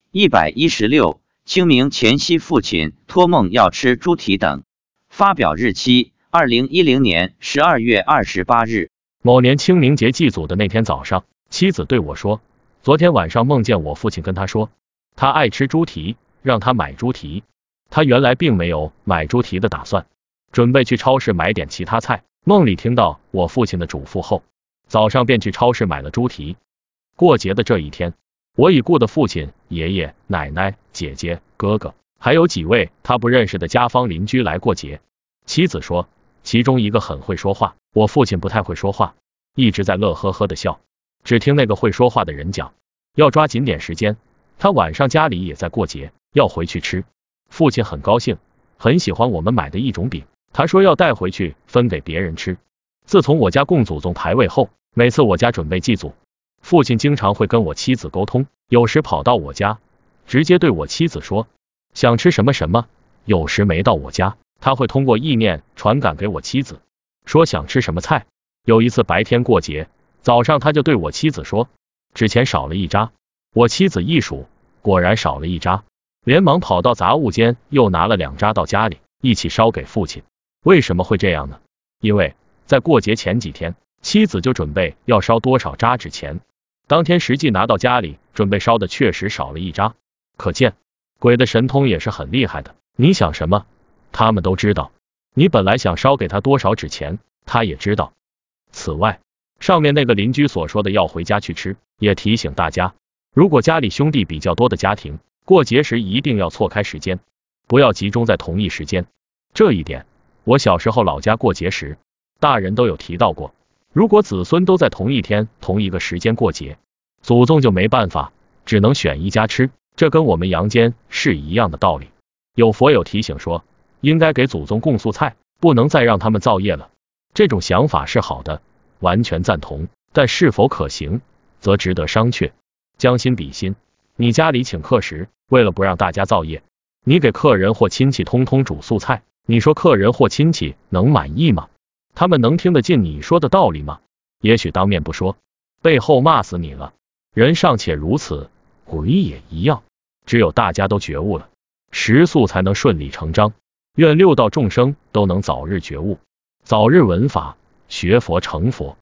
116，清明前夕父亲托梦要吃猪蹄等。发表日期2010年12月28日。 某年清明节祭祖的那天早上，妻子对我说，昨天晚上梦见我父亲跟他说，他爱吃猪蹄，让他买猪蹄。他原来并没有买猪蹄的打算，准备去超市买点其他菜。梦里听到我父亲的嘱咐后，早上便去超市买了猪蹄。过节的这一天，我已故的父亲、爷爷、奶奶、姐姐、哥哥，还有几位他不认识的家坊邻居来过节。妻子说，其中一个很会说话，我父亲不太会说话，一直在乐呵呵的笑。只听那个会说话的人讲，要抓紧点时间，他晚上家里也在过节，要回去吃。父亲很高兴，很喜欢我们买的一种饼，他说要带回去分给别人吃。自从我家供祖宗牌位后，每次我家准备祭祖，父亲经常会跟我妻子沟通，有时跑到我家，直接对我妻子说想吃什么什么，有时没到我家，他会通过意念传感给我妻子，说想吃什么菜。有一次白天过节，早上他就对我妻子说，纸钱少了一扎。我妻子一数，果然少了一扎，连忙跑到杂物间又拿了2扎到家里，一起烧给父亲。为什么会这样呢？因为在过节前几天，妻子就准备要烧多少扎纸钱，当天实际拿到家里准备烧的确实少了一扎。可见鬼的神通也是很厉害的，你想什么他们都知道，你本来想烧给他多少纸钱他也知道。此外，上面那个邻居所说的要回家去吃，也提醒大家，如果家里兄弟比较多的家庭，过节时一定要错开时间，不要集中在同一时间。这一点我小时候老家过节时，大人都有提到过，如果子孙都在同一天同一个时间过节，祖宗就没办法，只能选一家吃，这跟我们阳间是一样的道理。有佛友提醒说，应该给祖宗供素菜，不能再让他们造业了。这种想法是好的，完全赞同，但是否可行，则值得商榷。将心比心，你家里请客时，为了不让大家造业，你给客人或亲戚通通煮素菜，你说客人或亲戚能满意吗？他们能听得进你说的道理吗？也许当面不说，背后骂死你了。人尚且如此，鬼也一样。只有大家都觉悟了，食素才能顺理成章。愿六道众生都能早日觉悟，早日闻法，学佛成佛。